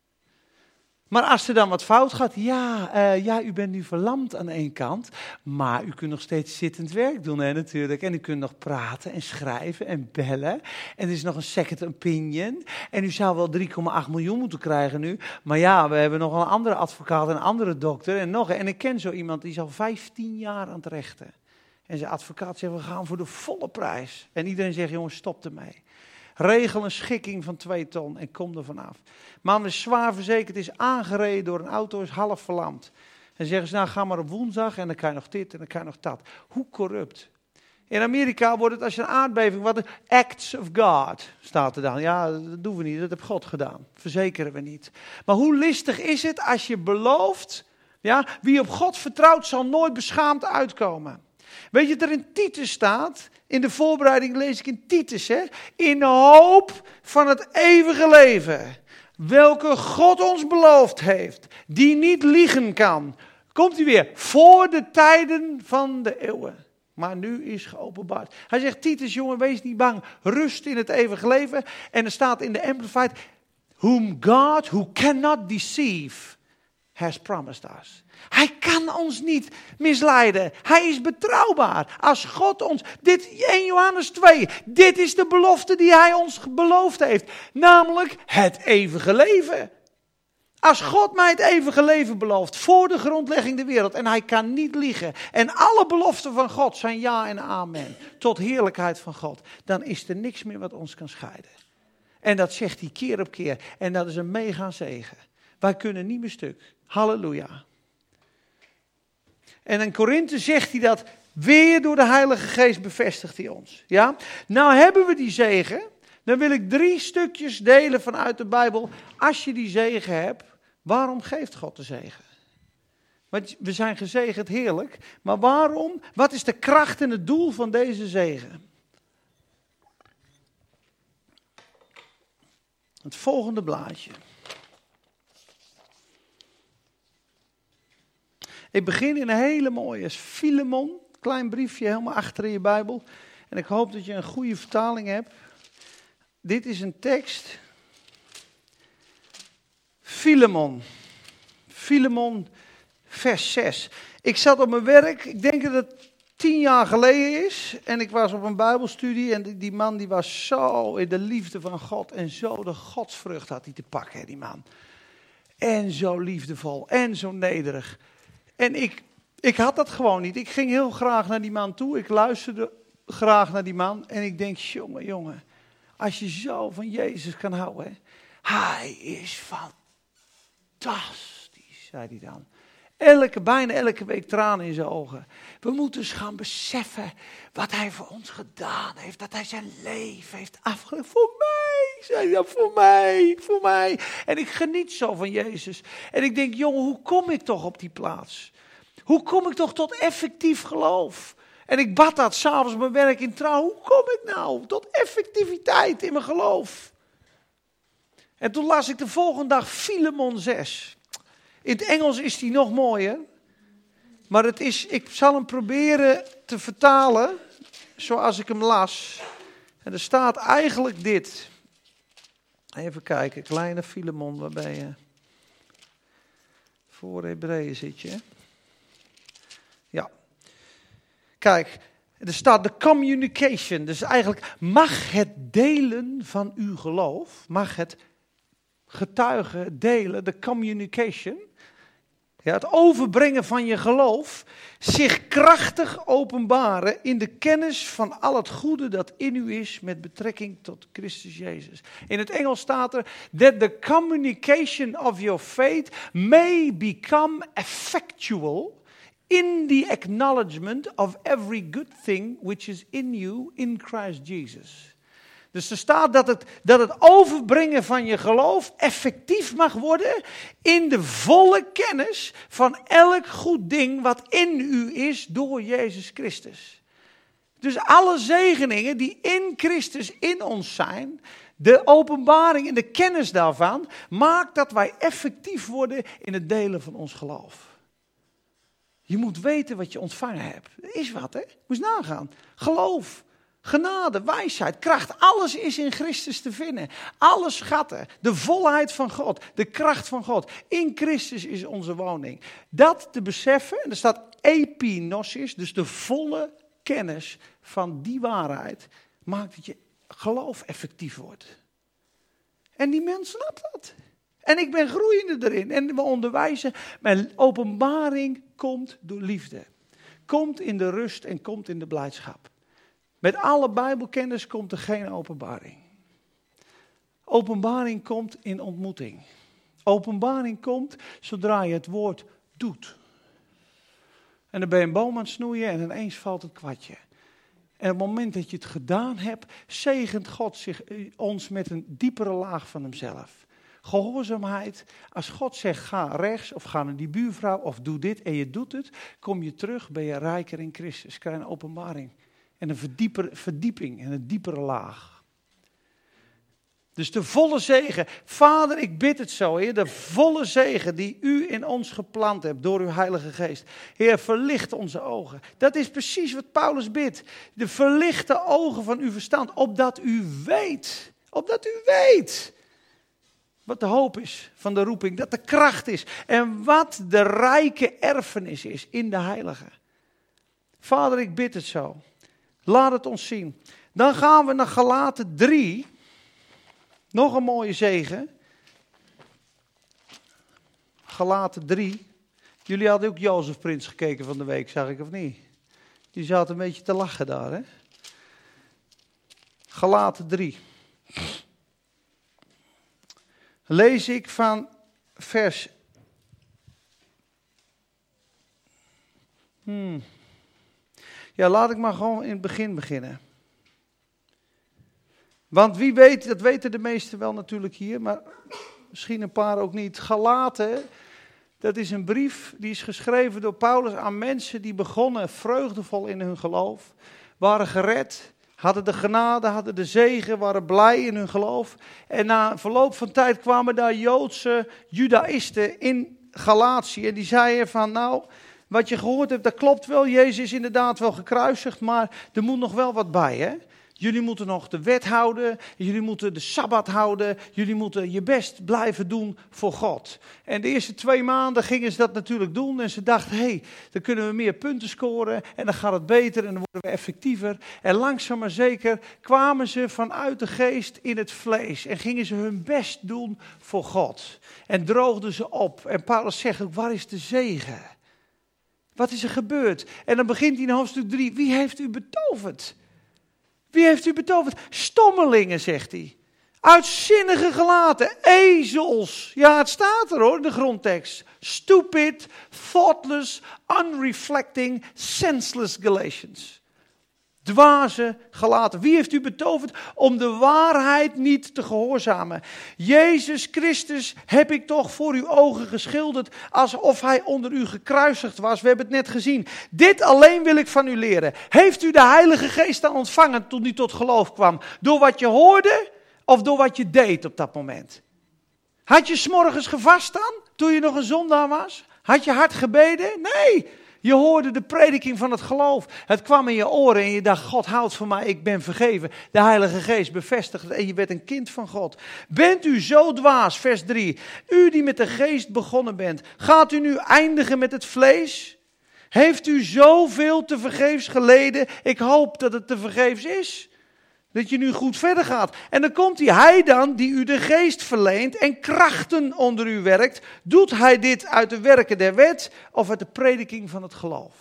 Maar als er dan wat fout gaat, ja, uh, ja, u bent nu verlamd aan één kant, maar u kunt nog steeds zittend werk doen, hè, natuurlijk. En u kunt nog praten en schrijven en bellen. En er is nog een second opinion. En u zou wel drie komma acht miljoen moeten krijgen nu. Maar ja, we hebben nog een andere advocaat en een andere dokter en nog. En ik ken zo iemand, die is al vijftien jaar aan het rechten. En zijn advocaat zegt, we gaan voor de volle prijs. En iedereen zegt, jongens, stop ermee. Regel een schikking van twee ton en kom er vanaf. Man is zwaar verzekerd, is aangereden door een auto, is half verlamd. En zeggen ze, nou ga maar op woensdag en dan kan je nog dit en dan kan je nog dat. Hoe corrupt. In Amerika wordt het als je een aardbeving, wat de acts of God staat er dan. Ja, dat doen we niet, dat heeft God gedaan. Verzekeren we niet. Maar hoe listig is het als je belooft, ja, wie op God vertrouwt zal nooit beschaamd uitkomen. Weet je, dat er in Titus staat, in de voorbereiding lees ik in Titus, hè, in hoop van het eeuwige leven. welke God ons beloofd heeft, die niet liegen kan. Komt hij weer, voor de tijden van de eeuwen. Maar nu is geopenbaard. Hij zegt, Titus, jongen, wees niet bang. Rust in het eeuwige leven. En er staat in de Amplified, whom God, who cannot deceive, has promised us. Hij kan ons niet misleiden. Hij is betrouwbaar. Als God ons, dit eerste Johannes twee, dit is de belofte die hij ons beloofd heeft. Namelijk het eeuwige leven. Als God mij het eeuwige leven belooft, voor de grondlegging der wereld, en hij kan niet liegen, en alle beloften van God zijn ja en amen, tot heerlijkheid van God, dan is er niks meer wat ons kan scheiden. En dat zegt hij keer op keer, en dat is een mega zegen. Wij kunnen niet meer stuk. Halleluja. En in Korinthe zegt hij dat weer door de Heilige Geest bevestigt hij ons. Ja? Nou hebben we die zegen, dan wil ik drie stukjes delen vanuit de Bijbel. Als je die zegen hebt, waarom geeft God de zegen? Want we zijn gezegend, heerlijk. Maar waarom? Wat is de kracht en het doel van deze zegen? Het volgende blaadje. Ik begin in een hele mooie Filemon. Klein briefje helemaal achter in je Bijbel. En ik hoop dat je een goede vertaling hebt. Dit is een tekst. Filemon. Filemon, vers zes. Ik zat op mijn werk, ik denk dat het tien jaar geleden is. En ik was op een Bijbelstudie en die, die man die was zo in de liefde van God. En zo de godsvrucht had hij te pakken, die man. En zo liefdevol en zo nederig. En ik, ik had dat gewoon niet. Ik ging heel graag naar die man toe. Ik luisterde graag naar die man. En ik denk, jongen, jongen. Als je zo van Jezus kan houden. Hij is fantastisch, zei hij dan. Elke, bijna elke week tranen in zijn ogen. We moeten eens gaan beseffen wat hij voor ons gedaan heeft. Dat hij zijn leven heeft afgelegd. Voor mij, zei hij dan, voor mij, voor mij. En ik geniet zo van Jezus. En ik denk, jongen, hoe kom ik toch op die plaats? Hoe kom ik toch tot effectief geloof? En ik bad dat s'avonds mijn werk in trouw. Hoe kom ik nou tot effectiviteit in mijn geloof? En toen las ik de volgende dag Filemon zes. In het Engels is die nog mooier. Maar het is, ik zal hem proberen te vertalen zoals ik hem las. En er staat eigenlijk dit. Even kijken, kleine Filemon, waar ben je? Voor Hebreeën zit je. Ja. Kijk, er staat de communication. Dus eigenlijk mag het delen van uw geloof, mag het getuigen, delen, de communication, ja, het overbrengen van je geloof, zich krachtig openbaren in de kennis van al het goede dat in u is met betrekking tot Christus Jezus. In het Engels staat er, that the communication of your faith may become effectual in the acknowledgement of every good thing which is in you in Christ Jesus. Dus er staat dat het, dat het overbrengen van je geloof effectief mag worden in de volle kennis van elk goed ding wat in u is door Jezus Christus. Dus alle zegeningen die in Christus in ons zijn, de openbaring en de kennis daarvan, maakt dat wij effectief worden in het delen van ons geloof. Je moet weten wat je ontvangen hebt. Dat is wat, hè? Moet je nagaan. Geloof. Genade, wijsheid, kracht, alles is in Christus te vinden. Alle schatten, de volheid van God, de kracht van God. In Christus is onze woning. Dat te beseffen, en er staat epinosis, dus de volle kennis van die waarheid, maakt dat je geloof effectief wordt. En die mens snapt dat. En ik ben groeiende erin. En we onderwijzen, mijn openbaring komt door liefde. Komt in de rust en komt in de blijdschap. Met alle Bijbelkennis komt er geen openbaring. Openbaring komt in ontmoeting. Openbaring komt zodra je het woord doet. En dan ben je een boom aan het snoeien en ineens valt het kwartje. En op het moment dat je het gedaan hebt, zegent God zich, ons met een diepere laag van hemzelf. Gehoorzaamheid. Als God zegt ga rechts of ga naar die buurvrouw of doe dit en je doet het, kom je terug, ben je rijker in Christus. Krijg je een openbaring. En een verdieper, verdieping en een diepere laag. Dus de volle zegen. Vader, ik bid het zo, Heer. De volle zegen die u in ons geplant hebt door uw Heilige Geest. Heer, verlicht onze ogen. Dat is precies wat Paulus bidt. De verlichte ogen van uw verstand. Opdat u weet. Opdat u weet. Wat de hoop is van de roeping. Dat de kracht is. En wat de rijke erfenis is in de Heilige. Vader, ik bid het zo. Laat het ons zien. Dan gaan we naar Galaten drie. Nog een mooie zegen. Galaten drie. Jullie hadden ook Jozef Prins gekeken van de week, zag ik, of niet? Die zaten een beetje te lachen daar, hè? Galaten drie. Lees ik van vers... Hmm. Ja, laat ik maar gewoon in het begin beginnen. Want wie weet, dat weten de meesten wel natuurlijk hier, maar misschien een paar ook niet. Galaten, dat is een brief die is geschreven door Paulus aan mensen die begonnen vreugdevol in hun geloof, waren gered, hadden de genade, hadden de zegen, waren blij in hun geloof. En na verloop van tijd kwamen daar Joodse judaïsten in Galatië en die zeiden van nou, wat je gehoord hebt, dat klopt wel, Jezus is inderdaad wel gekruisigd, maar er moet nog wel wat bij, hè. Jullie moeten nog de wet houden, jullie moeten de Sabbat houden, jullie moeten je best blijven doen voor God. En de eerste twee maanden gingen ze dat natuurlijk doen en ze dachten, hé, hey, dan kunnen we meer punten scoren en dan gaat het beter en dan worden we effectiever. En langzaam maar zeker kwamen ze vanuit de geest in het vlees en gingen ze hun best doen voor God. En droogden ze op. En Paulus zegt ook, waar is de zegen? Wat is er gebeurd? En dan begint hij in hoofdstuk drie, wie heeft u betoverd? Wie heeft u betoverd? Stommelingen, zegt hij. Uitzinnige gelaten, ezels. Ja, het staat er hoor, de grondtekst. Stupid, thoughtless, unreflecting, senseless Galatians. Dwaze gelaten. Wie heeft u betoverd om de waarheid niet te gehoorzamen? Jezus Christus heb ik toch voor uw ogen geschilderd alsof hij onder u gekruisigd was. We hebben het net gezien. Dit alleen wil ik van u leren. Heeft u de Heilige Geest dan ontvangen toen u tot geloof kwam? Door wat je hoorde of door wat je deed op dat moment? Had je 's morgens gevast dan toen je nog een zondaar was? Had je hard gebeden? Nee. Je hoorde de prediking van het geloof. Het kwam in je oren en je dacht, God houdt van mij, ik ben vergeven. De Heilige Geest bevestigt het en je werd een kind van God. Bent u zo dwaas, vers drie. U die met de geest begonnen bent, gaat u nu eindigen met het vlees? Heeft u zoveel te vergeefs geleden? Ik hoop dat het te vergeefs is. Dat je nu goed verder gaat. En dan komt hij, hij dan die u de geest verleent en krachten onder u werkt. Doet hij dit uit de werken der wet of uit de prediking van het geloof?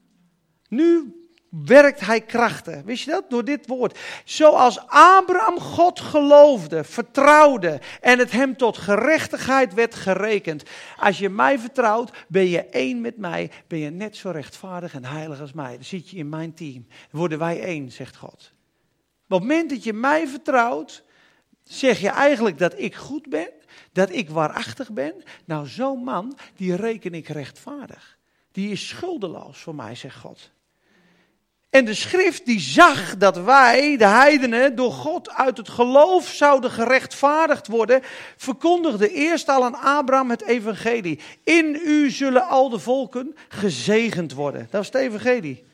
Nu werkt hij krachten. Wist je dat? Door dit woord. Zoals Abraham God geloofde, vertrouwde en het hem tot gerechtigheid werd gerekend. Als je mij vertrouwt, ben je één met mij. Ben je net zo rechtvaardig en heilig als mij. Dan zit je in mijn team. Dan worden wij één, zegt God. Op het moment dat je mij vertrouwt, zeg je eigenlijk dat ik goed ben, dat ik waarachtig ben. Nou, zo'n man, die reken ik rechtvaardig. Die is schuldeloos voor mij, zegt God. En de schrift die zag dat wij, de heidenen, door God uit het geloof zouden gerechtvaardigd worden, verkondigde eerst al aan Abraham het evangelie. In u zullen al de volken gezegend worden. Dat is het evangelie.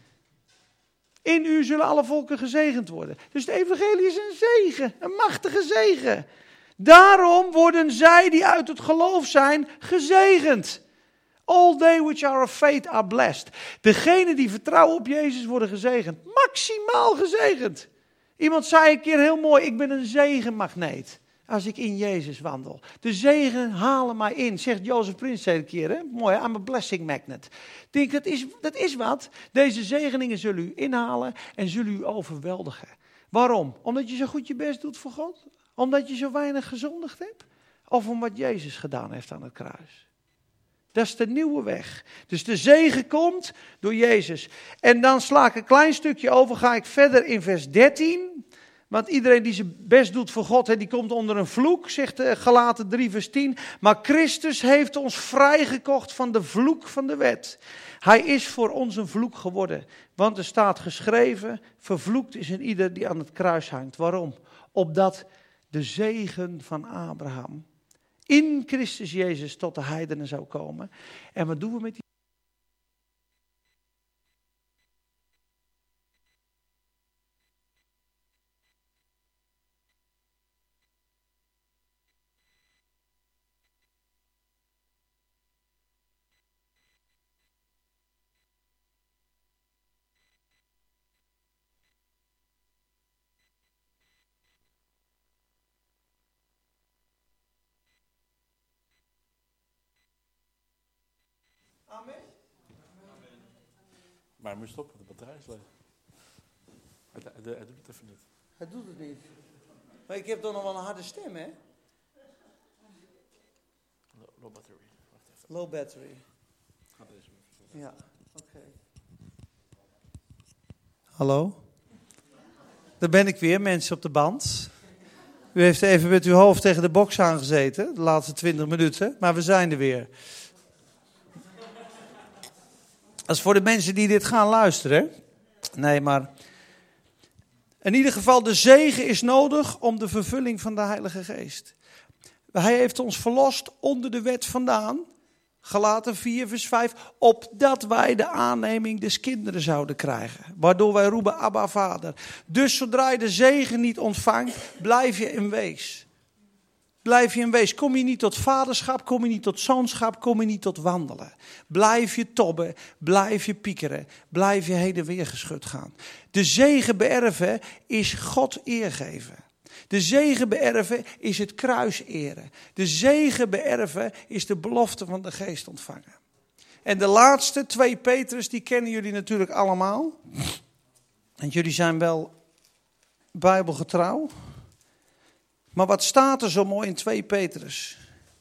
In u zullen alle volken gezegend worden. Dus het evangelie is een zegen, een machtige zegen. Daarom worden zij die uit het geloof zijn gezegend. All they which are of faith are blessed. Degenen die vertrouwen op Jezus worden gezegend. Maximaal gezegend. Iemand zei een keer heel mooi, ik ben een zegenmagneet. Als ik in Jezus wandel. De zegen halen mij in, zegt Jozef Prins een keer. Hè? Mooi, I'm a blessing magnet. Ik denk, dat is, dat is wat. Deze zegeningen zullen u inhalen en zullen u overweldigen. Waarom? Omdat je zo goed je best doet voor God? Omdat je zo weinig gezondigd hebt? Of om wat Jezus gedaan heeft aan het kruis? Dat is de nieuwe weg. Dus de zegen komt door Jezus. En dan sla ik een klein stukje over, ga ik verder in vers dertien... Want iedereen die zijn best doet voor God, die komt onder een vloek, zegt Galaten drie vers tien. Maar Christus heeft ons vrijgekocht van de vloek van de wet. Hij is voor ons een vloek geworden. Want er staat geschreven, vervloekt is een ieder die aan het kruis hangt. Waarom? Opdat de zegen van Abraham in Christus Jezus tot de heidenen zou komen. En wat doen we met die? Amen. Maar hij moet stoppen, de batterij is leeg. Hij, hij, hij doet het even niet. Hij doet het niet. Maar ik heb toch nog wel een harde stem, hè? Low, low battery. Wacht even. Low battery. Ga deze even. Ja, oké. Okay. Hallo? Daar ben ik weer, mensen op de band. U heeft even met uw hoofd tegen de box aangezeten, de laatste twintig minuten, maar we zijn er weer. Dat is voor de mensen die dit gaan luisteren. Nee, maar in ieder geval, de zegen is nodig om de vervulling van de Heilige Geest. Hij heeft ons verlost onder de wet vandaan. Galaten vier vers vijf. Opdat wij de aanneming des kinderen zouden krijgen. Waardoor wij roepen, Abba Vader. Dus zodra je de zegen niet ontvangt, blijf je in wees. Blijf je in wees. Kom je niet tot vaderschap, kom je niet tot zoonschap, kom je niet tot wandelen. Blijf je tobben, blijf je piekeren, blijf je heen en weer geschud gaan. De zegen beërven is God eer geven. De zegen beërven is het kruis eren. De zegen beërven is de belofte van de geest ontvangen. En de laatste, twee Petrus, die kennen jullie natuurlijk allemaal. En jullie zijn wel bijbelgetrouw. Maar wat staat er zo mooi in twee Petrus?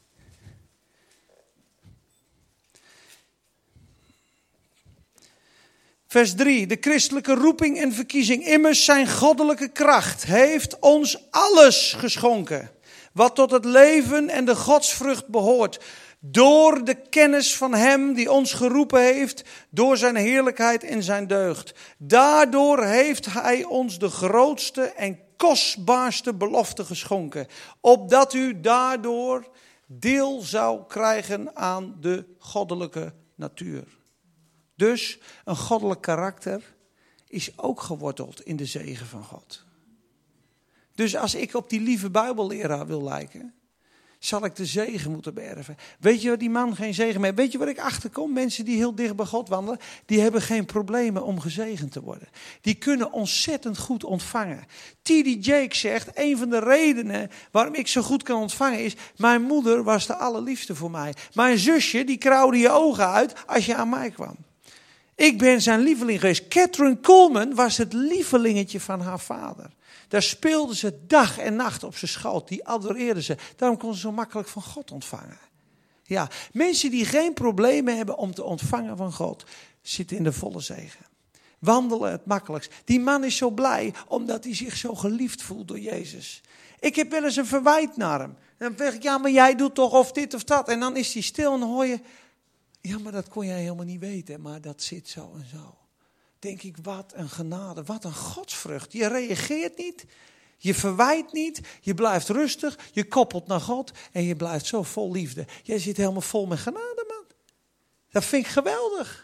Vers drie, de christelijke roeping en verkiezing, immers zijn goddelijke kracht, heeft ons alles geschonken, wat tot het leven en de godsvrucht behoort, door de kennis van hem die ons geroepen heeft, door zijn heerlijkheid en zijn deugd. Daardoor heeft hij ons de grootste en kostbaarste belofte geschonken, opdat u daardoor deel zou krijgen aan de goddelijke natuur. Dus een goddelijk karakter is ook geworteld in de zegen van God. Dus als ik op die lieve Bijbelleraar wil lijken, zal ik de zegen moeten beërven. Weet je wat die man geen zegen meer heeft? Weet je waar ik achterkom? Mensen die heel dicht bij God wandelen, die hebben geen problemen om gezegend te worden. Die kunnen ontzettend goed ontvangen. T D Jake zegt, een van de redenen waarom ik zo goed kan ontvangen is, mijn moeder was de allerliefste voor mij. Mijn zusje, die krauwde je ogen uit als je aan mij kwam. Ik ben zijn lieveling geweest. Catherine Coleman was het lievelingetje van haar vader. Daar speelde ze dag en nacht op zijn schoot. Die adoreerde ze. Daarom kon ze zo makkelijk van God ontvangen. Ja, mensen die geen problemen hebben om te ontvangen van God, zitten in de volle zegen. Wandelen het makkelijkst. Die man is zo blij omdat hij zich zo geliefd voelt door Jezus. Ik heb wel eens een verwijt naar hem. Dan zeg ik, ja, maar jij doet toch of dit of dat. En dan is hij stil en dan hoor je, ja, maar dat kon jij helemaal niet weten. Maar dat zit zo en zo. Denk ik, wat een genade, wat een godsvrucht. Je reageert niet, je verwijt niet, je blijft rustig, je koppelt naar God en je blijft zo vol liefde. Jij zit helemaal vol met genade, man. Dat vind ik geweldig.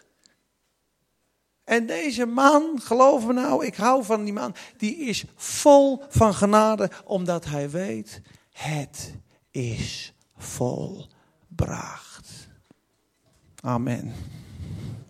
En deze man, geloof me nou, ik hou van die man, die is vol van genade, omdat hij weet, het is volbracht. Amen.